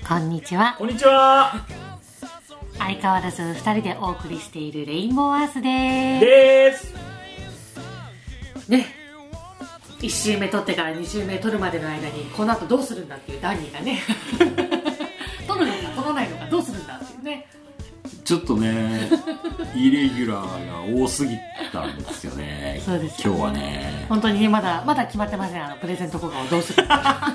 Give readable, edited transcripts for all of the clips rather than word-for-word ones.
こんにちは。 こんにちは。 相変わらず2人でお送りしているレインボーアースですね。1週目撮ってから2週目撮るまでの間にこの後どうするんだっていうダンニーがね撮るのか撮らないのかどうするんだっていうね。 ちょっとねイレギュラーが多すぎたんですよね。 そうですよね、今日はね本当にねまだ決まってません。プレゼント交換をどうするか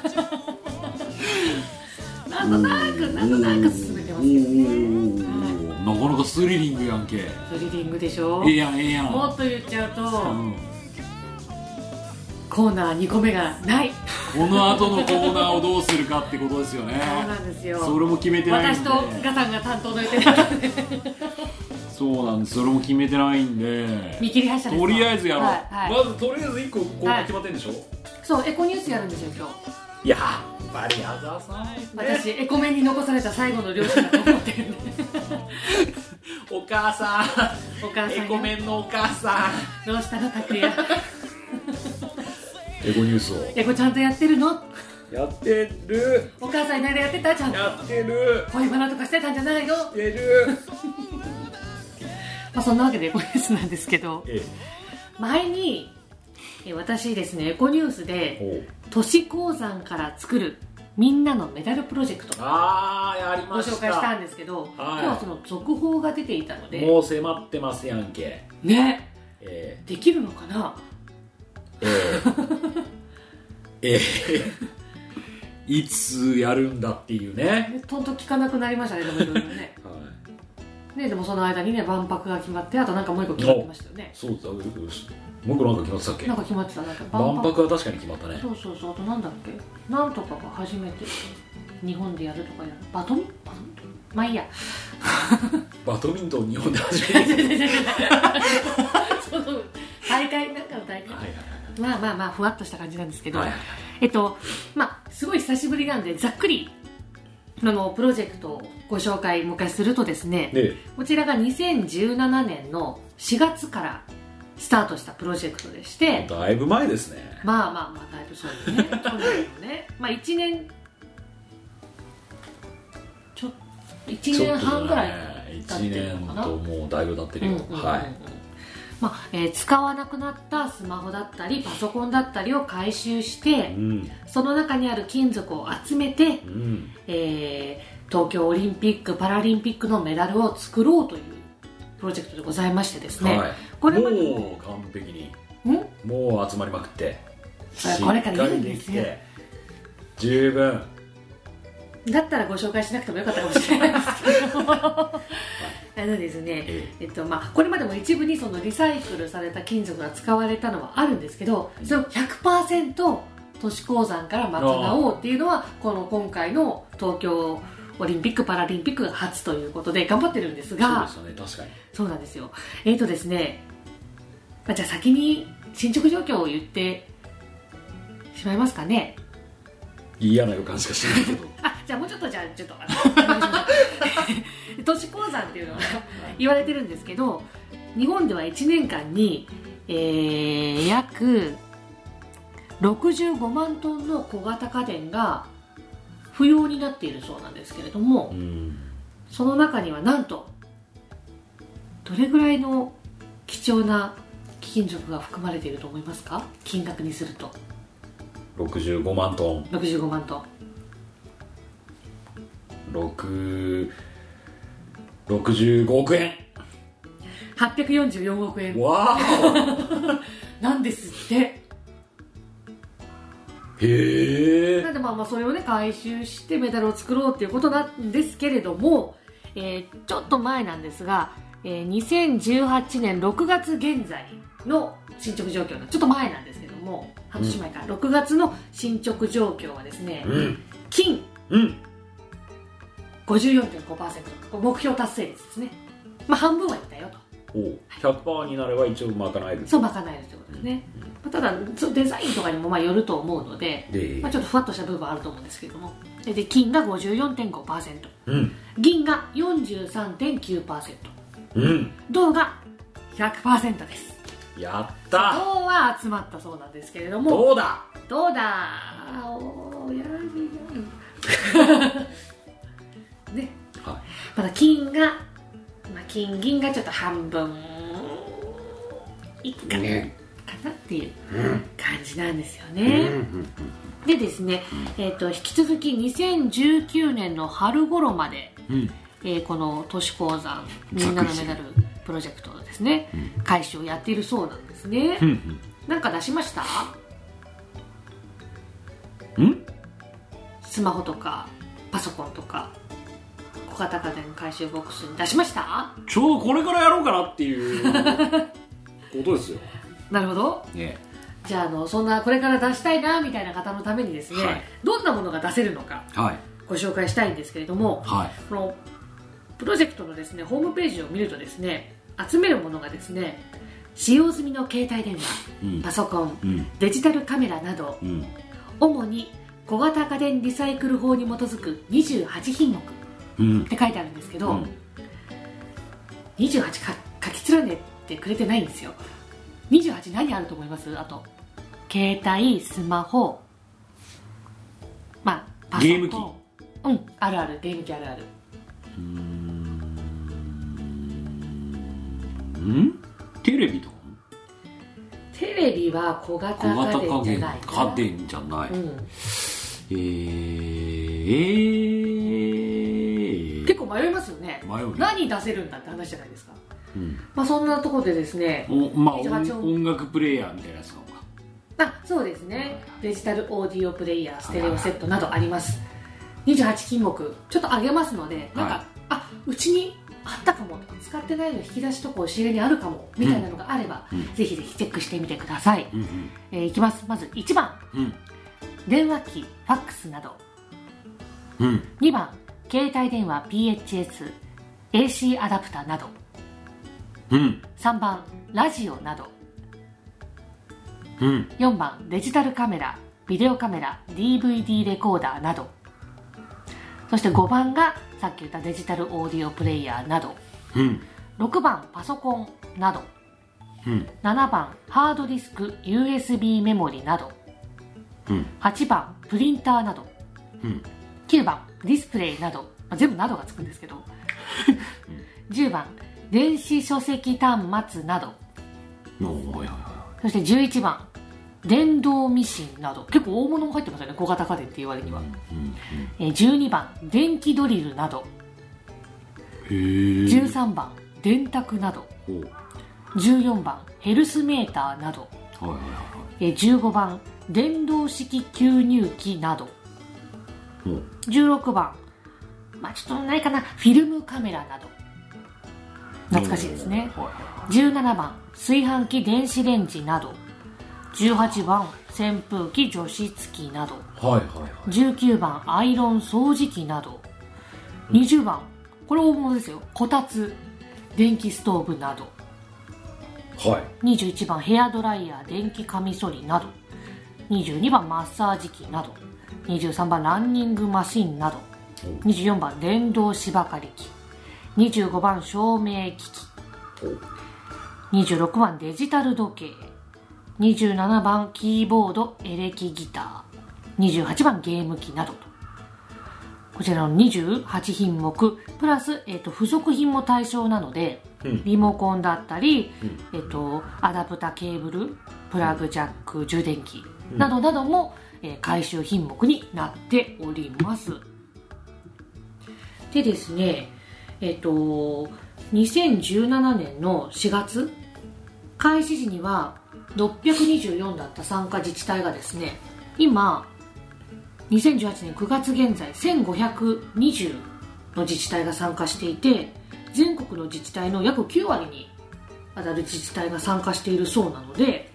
なんとなく進めてますけどね。 なかなかスリリングやんけ。 スリリングでしょ。 ええやんええやん。 もっと言っちゃうと、コーナー2個目がない。 この後のコーナーをどうするかってことですよね。 そうなんですよ。 それも決めてないんで。 私とガさんが担当の予定だったんでそうなんです。それも決めてないんで見切り発車です。 とりあえずやろう、 はいまずとりあえず1個コーナー決まってんでしょ、 そうエコニュースやるんですよ今日。 やっぱり矢沢さん、 私エコメンに残された最後の両親だと思ってるんでお母さん、 お母さんエコメンのお母さん、 どうしたの拓也エコニュースをエコちゃんとやってるの。 やってる。 お母さんいないでやってたちゃんと。 やってる。 恋バナとかしてたんじゃないの。 やってるまあそんなわけでエコニュースなんですけど、前に私ですねエコニュースで都市鉱山から作るみんなのメダルプロジェクトやりごました。 紹介したんですけど、今日はその続報が出ていたのでもう迫ってますやんけね、できるのかな。 いつやるんだっていうね。 とんと聞かなくなりましたね。でもいろいろねね、でもその間にね万博が決まって、あとなんかもう一個決まってましたよね。 そうだ、もう一個なんか決まってたっけ。 なんか決まってた。なんか万博は確かに決まったね。 そうそうそう。あとなんだっけ、なんとかが初めて日本でやるとかやる。バドミントンまあいいやバドミントン日本で初めてその大会なんかの大会、まあふわっとした感じなんですけど、まあすごい久しぶりなんでざっくりプロジェクトをご紹介もう一回するとですね、こちらが2017年の4月からスタートしたプロジェクトでして、 だいぶ前ですね。 まあだいぶそうですねそうなのね。まあ1年1年半ぐらい経ってるのかな。 1年ともうだいぶ経ってるよ。 まあ使わなくなったスマホだったりパソコンだったりを回収して、その中にある金属を集めて、東京オリンピック・パラリンピックのメダルを作ろうというプロジェクトでございましてですね、これまでもう完璧にもう集まりまくってこれから言うんですよ。 十分だったらご紹介しなくてもよかったかもしれないですけどですね、これまでも一部にそのリサイクルされた金属が使われたのはあるんですけど、それを 100% 都市鉱山から賄おうっていうのはこの今回の東京オリンピック・パラリンピックが初ということで頑張ってるんですが、 そうでしたね、確かにそうなんですよ。ですね、じゃあ先に進捗状況を言ってしまいますかね。 嫌な予感しかしないけどじゃあもうちょっと都市鉱山っていうのは言われてるんですけど、日本では1年間に、約65万トンの小型家電が不要になっているそうなんですけれども、その中にはなんとどれぐらいの貴重な貴金属が含まれていると思いますか。金額にすると 65万トン。 65万トン 65億円。 844億円。 わーなんですって。 へえ。 なんでまあそれをね回収してメダルを作ろうっていうことなんですけれども、ちょっと前なんですが、2018年6月現在の進捗状況のちょっと前なんですけども、半年前から6月の進捗状況はですね、金、54.5%、目標達成率ですね。まあ半分はいったよと。 100% になれば一応賄える。 そう賄えるということですね。ただデザインとかにもよると思うので、ちょっとふわっとした部分はあると思うんですけれども、で金が 54.5%、銀が 43.9%、銅が 100% です。 やった銅は集まったそうなんですけれども、 どうだどうだね、 はい、 まだ金が、金銀がちょっと半分いくかなっていう感じなんですよね。でですね、引き続き2019年の春頃まで、この都市鉱山みんなのメダルプロジェクトのですね、開始をやっているそうなんですね。なんか出しました？スマホとかパソコンとか小型家電回収ボックスに出しました？ ちょうどこれからやろうかなっていうことですよ。 なるほど、ね、じゃあ、そんなこれから出したいなみたいな方のためにですね、どんなものが出せるのか、ご紹介したいんですけれども、このプロジェクトのですねホームページを見るとですね、集めるものがですね、使用済みの携帯電話、パソコン、デジタルカメラなど、主に小型家電リサイクル法に基づく28品目って書いてあるんですけど、28書き連ねてくれてないんですよ。28何あると思います？あと携帯、スマホ、パソコン、 ゲーム機、 あるある、ゲーム機あるある。 テレビとか？ テレビは小型家電じゃない。 家電じゃない。 結構迷いますよね。何出せるんだって話じゃないですか。そんなところでですね、 音楽プレイヤーみたいなやつなのか。 そうですね、デジタルオーディオプレイヤー、ステレオセットなどあります。28品目ちょっとあげますので、うちにあったかもとか、使ってないの引き出しとか押し入れにあるかもみたいなのがあれば、ぜひぜひチェックしてみてください。いきます。まず1番、電話機、ファックスなど。2番、携帯電話 PHS、AC アダプタなど。3番、ラジオなど。4番、デジタルカメラ、ビデオカメラ、DVD レコーダーなど。そして5番がさっき言ったデジタルオーディオプレイヤーなど。6番、パソコンなど。7番、ハードディスク USB メモリなど。8番、プリンターなど。9番、ディスプレイなど、全部などがつくんですけど。10番、電子書籍端末など。そして11番、電動ミシンなど。結構大物も入ってますよね、小型家電っていう割には。12番、電気ドリルなど。13番、電卓など。14番、ヘルスメーターなど。15番、電動式吸入器など。16番、ちょっとないかな、フィルムカメラなど。懐かしいですね。17番、炊飯器電子レンジなど。18番、扇風機除湿機など。19番、アイロン掃除機など。20番、これ大物ですよ、こたつ電気ストーブなど。21番、ヘアドライヤー電気カミソリなど。22番、マッサージ機など。23番、ランニングマシンなど。24番、電動芝刈り機。25番、照明機器。26番、デジタル時計。27番、キーボードエレキギター。28番、ゲーム機などと。こちらの28品目プラス、付属品も対象なので、リモコンだったり、アダプタケーブル、プラグジャック、充電器などなども、回収品目になっております。でですね、2017年の4月開始時には624だった参加自治体がですね、今2018年9月現在1520の自治体が参加していて、全国の自治体の約9割に当たる自治体が参加しているそうなので、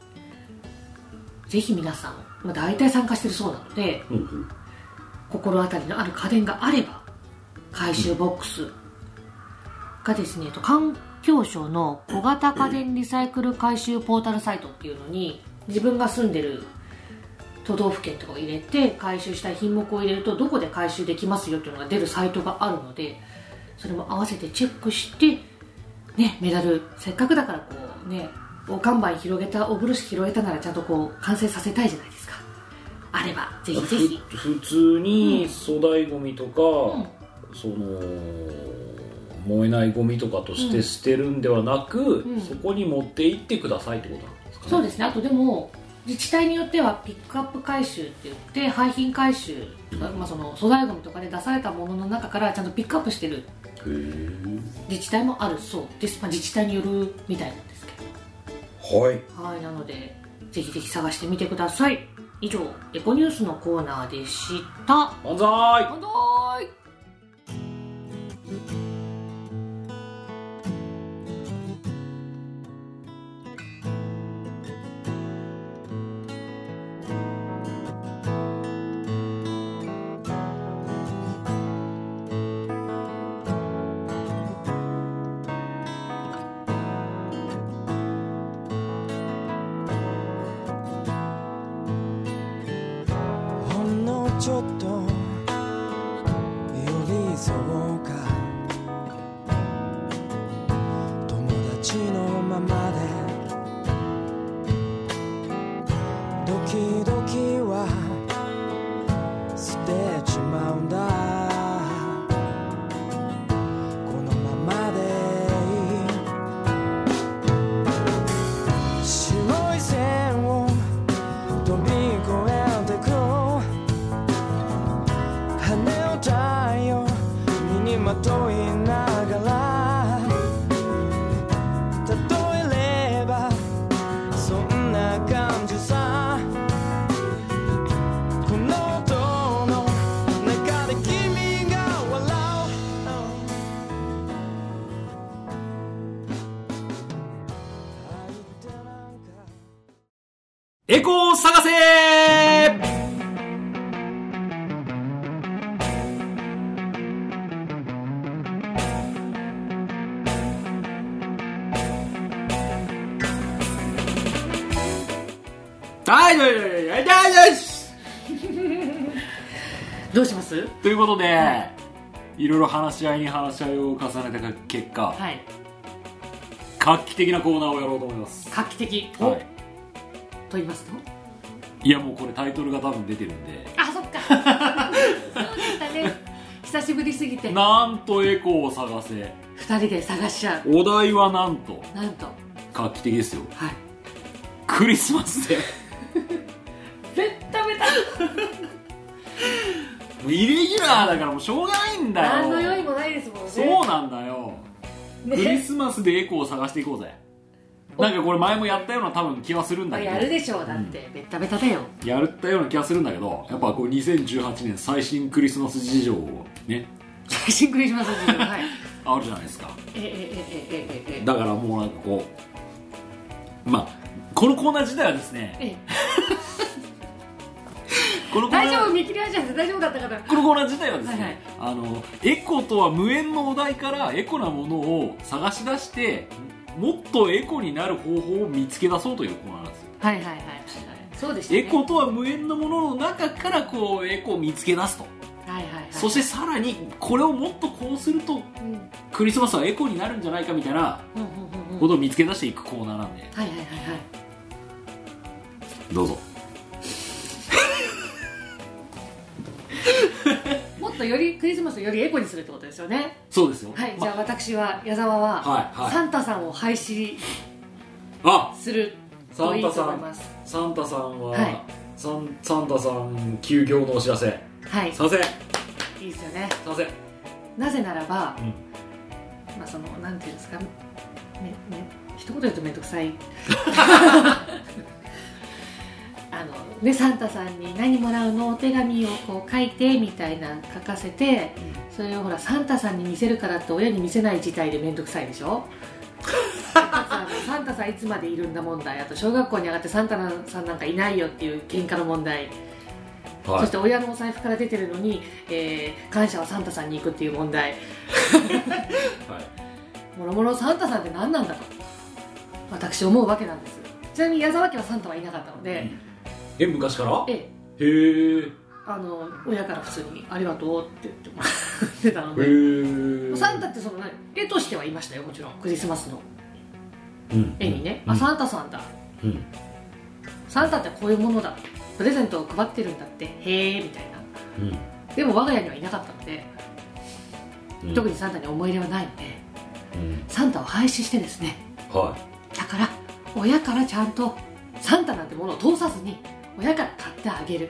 ぜひ皆さん、大体参加しているそうなので、心当たりのある家電があれば回収ボックスがですね、環境省の小型家電リサイクル回収ポータルサイトっていうのに、自分が住んでる都道府県とかを入れて回収したい品目を入れると、どこで回収できますよっていうのが出るサイトがあるので、それも合わせてチェックしてね、メダルせっかくだからこうね、お看板広げた、お風呂敷広げたならちゃんとこう完成させたいじゃないですか。あればぜひぜひ。 普通に粗大ゴミとか、 その燃えないゴミとかとして捨てるんではなく、そこに持って行ってくださいってことなんですかね。 そうですね。あとでも自治体によってはピックアップ回収って言って廃品回収、その粗大ゴミとかで出されたものの中からちゃんとピックアップしてる自治体もあるそうです。自治体によるみたいなんですけど、はい、なのでぜひぜひ探してみてください。以上エコニュースのコーナーでした。 万歳。 万歳。 ちょっと寄り添おうか、友達のままでドキドキは捨てちまうんだ、このままでいい、白い線を飛び越えてく羽を太陽身にまといながら、例えればそんな感じさ、この音の中で君が笑う、 エコー探せー。 どうします？ ということで、いろいろ話し合いに話し合いを重ねた結果、画期的なコーナーをやろうと思います。 画期的、と言いますと？ いやもうこれタイトルが多分出てるんで。 あ、そっかそうでしたね。久しぶりすぎて。 なんとエコーを探せ。 2人で探しちゃう。 お題はなんと画期的ですよ。クリスマスでベッタベタもうイレギュラーだからもうしょうがないんだよ。 何の用意もないですもんね。 そうなんだよ、クリスマスでエコーを探していこうぜ。なんかこれ前もやったような多分気はするんだけど。 やるでしょう、だってベッタベタだよ。 やったような気はするんだけど、やっぱこう2018年最新クリスマス事情をね、 最新クリスマス事情あるじゃないですか。だからもうなんかこう、このコーナー自体はですね、 大丈夫、見切りじゃん、大丈夫だったかな。 このコーナー自体はですね、エコとは無縁のお題からエコなものを探し出してもっとエコになる方法を見つけ出そうというコーナーなんですよ。 そうでしたね。 エコとは無縁のものの中からこうエコを見つけ出すと、そしてさらにこれをもっとこうすると、クリスマスはエコになるんじゃないかみたいなことを見つけ出していくコーナーなんで、どうぞもっとよりクリスマスをよりエコにするってことですよね。 そうですよ。 じゃあ私は矢沢は、サンタさんを廃止するといいと思います。 サンタさんは、サンタさん休業のお知らせ、賛成。 いいですよね。 賛成。 なぜならば、そのなんていうんですか、一言言うと面倒くさいサンタさんに何もらうのお手紙をこう書いてみたいな書かせて、それをほらサンタさんに見せるからって親に見せない自体で面倒くさいでしょサンタさんいつまでいるんだ問題、あと小学校に上がってサンタさんなんかいないよっていう喧嘩の問題、そして親のお財布から出てるのに、感謝はサンタさんに行くっていう問題もろもろサンタさんって何なんだと私思うわけなんです。ちなみに矢沢家はサンタはいなかったので、 昔から？へえ。親から普通にありがとうって言ってもらってたので、サンタってその絵としてはいましたよ、もちろんクリスマスの絵にね、サンタさんだ、サンタってこういうものだ、プレゼントを配ってるんだって、へえみたいな、でも我が家にはいなかったので特にサンタに思い入れはないので、サンタを廃止してですね、だから親からちゃんとサンタなんてものを通さずに親から買ってあげる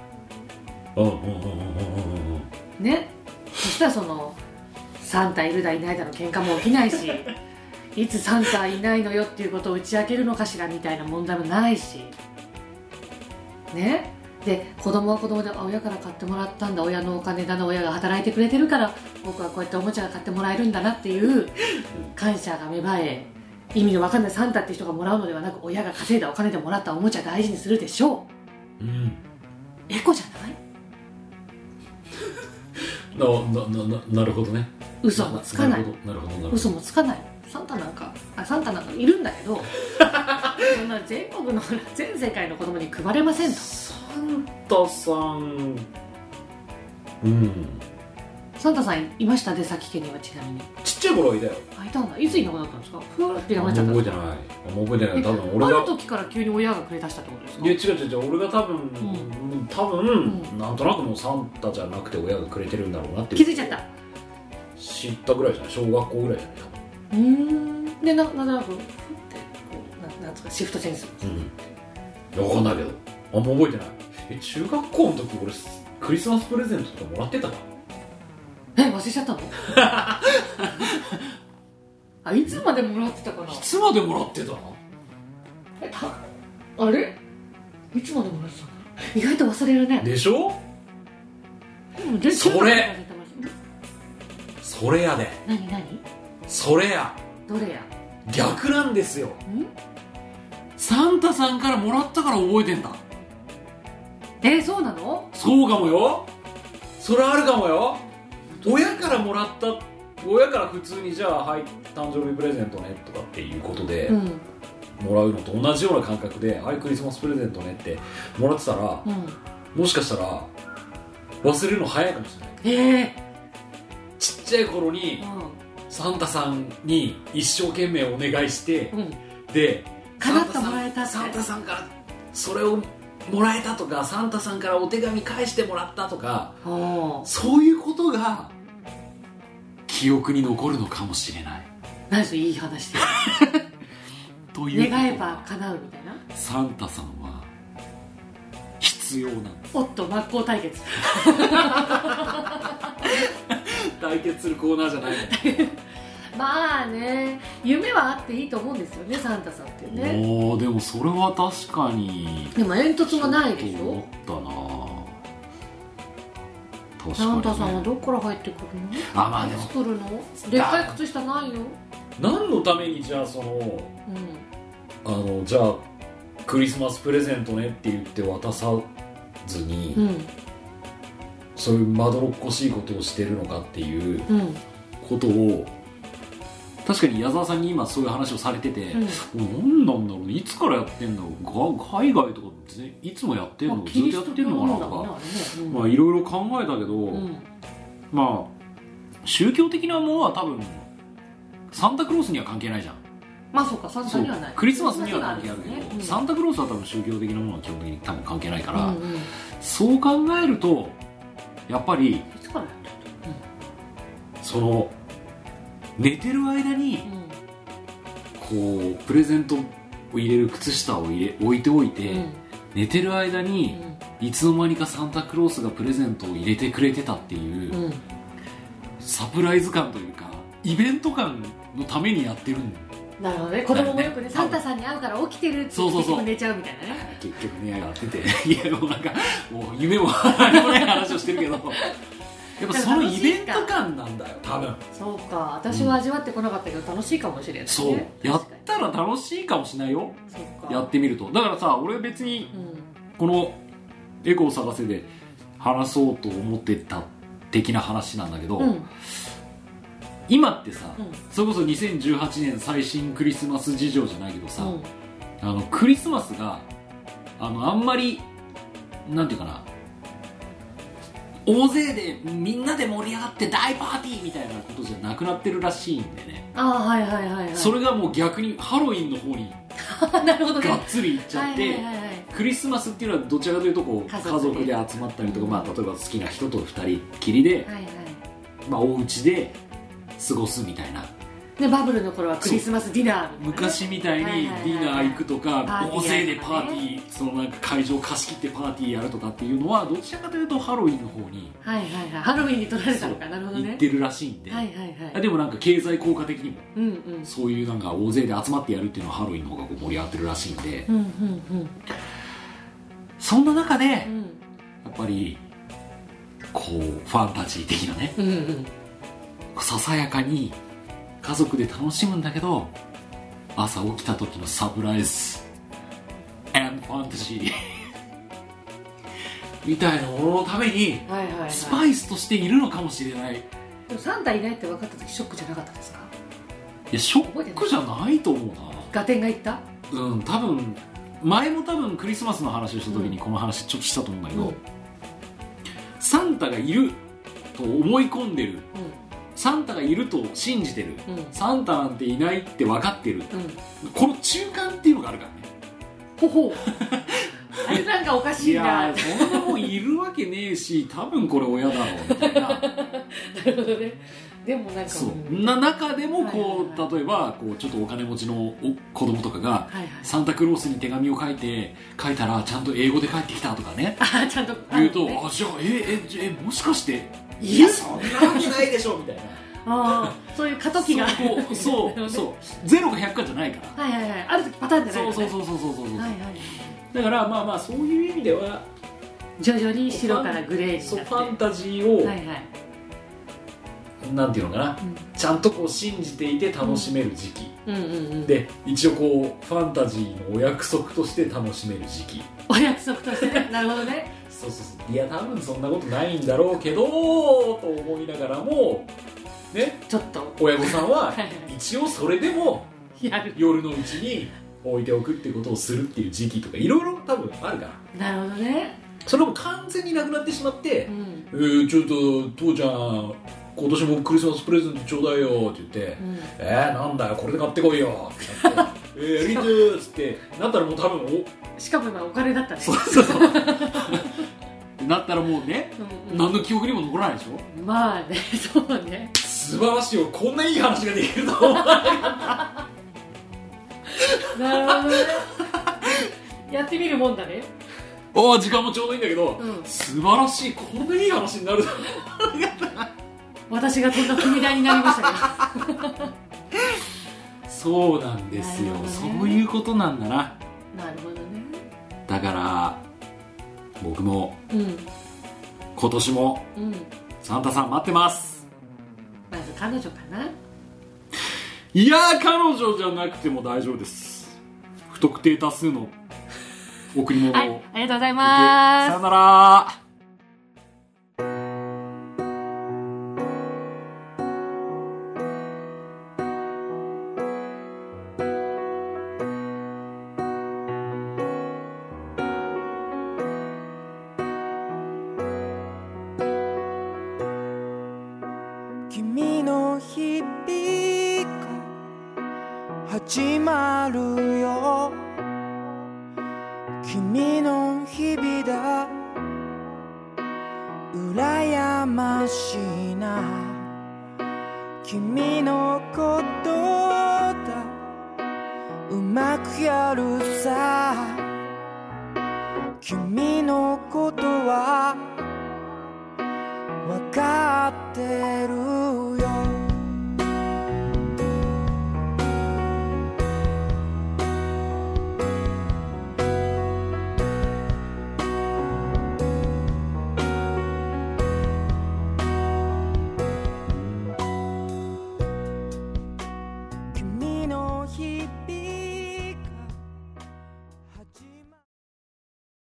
ね。そしたらそのサンタいるだいないだの喧嘩も起きないしいつサンタいないのよっていうことを打ち明けるのかしらみたいな問題もないしね。で子供は子供で親から買ってもらったんだ、親のお金だな、親が働いてくれてるから僕はこうやっておもちゃが買ってもらえるんだなっていう感謝が芽生え、意味の分かんないサンタって人がもらうのではなく親が稼いだお金でもらったおもちゃ大事にするでしょう。エコじゃないなるほどね。 嘘もつかない。嘘もつかない。サンタなんかいるんだけどそんな全国の全世界の子供に配れませんと。 サンタさん、 サンタさんいました出先家には。ちなみにちっちゃい頃はいたよ。 いたんだ。いついなくなったんですか？ふわっていなくなっちゃったんですか？ 覚えてない。多分俺がある時から急に親がくれ出したってことですか？ いや違う俺が多分なんとなくもうサンタじゃなくて親がくれてるんだろうなって気づいちゃった。 知ったぐらいじゃない？小学校ぐらいじゃない？ でなんとなくふってこうなんですかシフトチェンジする。分かんないけどあんま覚えてない。中学校の時俺クリスマスプレゼントとかもらってたか？ 忘れちゃったのいつまでもらってたかな。 いつまでもらってたの？ あれいつまでもらってたの？意外と忘れるね。 でしょ？それやで。 何それや。 どれや？ 逆なんですよ。サンタさんからもらったから覚えてんだ。 そうなの？ そうかもよ。それあるかもよ。親からもらった、親から普通にじゃあはい誕生日プレゼントねとかっていうことで、もらうのと同じような感覚ではいクリスマスプレゼントねってもらってたら、もしかしたら忘れるの早いかもしれない。ちっちゃい頃に、サンタさんに一生懸命お願いして、で叶ってもらえたって、 サンタさんからそれをもらえたとか、サンタさんからお手紙返してもらったとか、そういうことが記憶に残るのかもしれない。 何それいい話でという願えば叶うみたいな。 サンタさんは必要なんです。 おっと真っ向対決対決するコーナーじゃないのまあね、夢はあっていいと思うんですよね、サンタさんってね。 でもそれは確かに。 でも煙突もないでしょ。 思ったな。確かに、ね、 サンタさんはどこから入ってくるの？ まあでも作るの？でっかい靴下ないよ。 何のためにじゃあその、じゃあクリスマスプレゼントねって言って渡さずに、そういうまどろっこしいことをしてるのかっていうことを、確かに矢沢さんに今そういう話をされてて、何なんだろうね、いつからやってんだろう、海外とかいつもやってんの、ずっとやってんのかなとか、いろいろ考えたけど、まあ宗教的なものは多分サンタクロースには関係ないじゃん。 まあそうか、サンタにはない。 クリスマスには関係あるけど、サンタクロースは多分宗教的なものは基本的に多分関係ないから、そう考えるとやっぱりいつからやってる、その寝てる間に、こうプレゼントを入れる靴下を置いておいて、寝てる間に、いつの間にかサンタクロースがプレゼントを入れてくれてたっていう、サプライズ感というかイベント感のためにやってるんだ。 なるほどね。子供もよくね、サンタさんに会うから起きてるって言って結局寝ちゃうみたいなね。 結局ね、やってていやもうなんかもう夢も何もない話をしてるけどやっぱそのイベント感なんだよ多分。 そうか、私は味わってこなかったけど楽しいかもしれない、ね、 そうやったら楽しいかもしれないよ。そうか、やってみると。だからさ、俺別にこのエコを探せで話そうと思ってた的な話なんだけど、今ってさ、それこそ2018年最新クリスマス事情じゃないけどさ、クリスマスがあんまりなんていうかな、大勢でみんなで盛り上がって大パーティーみたいなことじゃなくなってるらしいんでね。 はいはいはいはい。 それがもう逆にハロウィンの方になるほど、ね、 がっつりいっちゃって、クリスマスっていうのはどちらかというとこう家族で集まったりとか、例えば好きな人と2人きりで、お家で過ごすみたいな。 でバブルの頃はクリスマスディナーみたいな、ね、 昔みたいにディナー行くとか、大勢でパーティー、そのなんか会場貸し切ってパーティーやるとかっていうのはどちらかというとハロウィンの方に、 ハロウィンに取られたのか。なるほどね。 行ってるらしいんで、でもなんか経済効果的にも、そういうなんか大勢で集まってやるっていうのはハロウィンの方がこう盛り上がってるらしいんで、そんな中で、やっぱりこうファンタジー的なね、ささやかに家族で楽しむんだけど、朝起きた時のサプライズ&ファンタジーみたいなもののためにスパイスとしているのかもしれない。 でもサンタいないって分かった時ショックじゃなかったですか？ いやショックじゃないと思うな。 ガテンが言った？ 多分前もクリスマスの話をした時にこの話ちょっとしたと思うんだけど、サンタがいると思い込んでる、サンタがいると信じてる、サンタなんていないって分かってる、この中間っていうのがあるからね。 ほほあれなんかおかしいな。 いやそんなもんいるわけねえし、多分これ親だろうみたいな。なるほどね。でもなんかそうな中でもこう、例えばこうちょっとお金持ちの子供とかが、サンタクロースに手紙を書いたらちゃんと英語で返ってきたとかね、 ちゃんと言うと、じゃあもしかしていやそんなわけないでしょみたいな。 そういう過渡期がそうゼロが100かじゃないから、 ある時パターンじゃないからね。 そうだからまあそういう意味では徐々に白からグレーになって、 ファンタジーを、なんていうのかな、ちゃんとこう信じていて楽しめる時期、で一応こうファンタジーのお約束として楽しめる時期。 お約束としてね。なるほどね。 いや多分そんなことないんだろうけどと思いながらもね、 ちょっと親御さんは一応それでも夜のうちに置いておくっていうことをするっていう時期とかいろいろ多分あるから。 なるほどね。 それも完全になくなってしまって、ちょっと父ちゃん今年もクリスマスプレゼントちょうだいよって言って、なんだよこれで買ってこいよってなってやりてーっつってなったらもう多分しかも今お金だったね。 そうなったらもうね、何の記憶にも残らないでしょ。 まあね、そうね。 素晴らしいよ、こんないい話ができると思わなかった。 なるほどね。やってみるもんだね。 時間もちょうどいいんだけど、素晴らしい、こんないい話になるだろう。 私がとんだ踏み台になりましたけど。 そうなんですよ、そういうことなんだな。 なるほどね。 だから僕も、今年も、サンタさん待ってます。 まず彼女かな。 いや彼女じゃなくても大丈夫です。不特定多数の贈り物を、 ありがとうございます。 さよなら。 君の日々が始まるよ、君の日々だ、羨ましいな、君のことだ、うまくやるさ、君のことはわかってる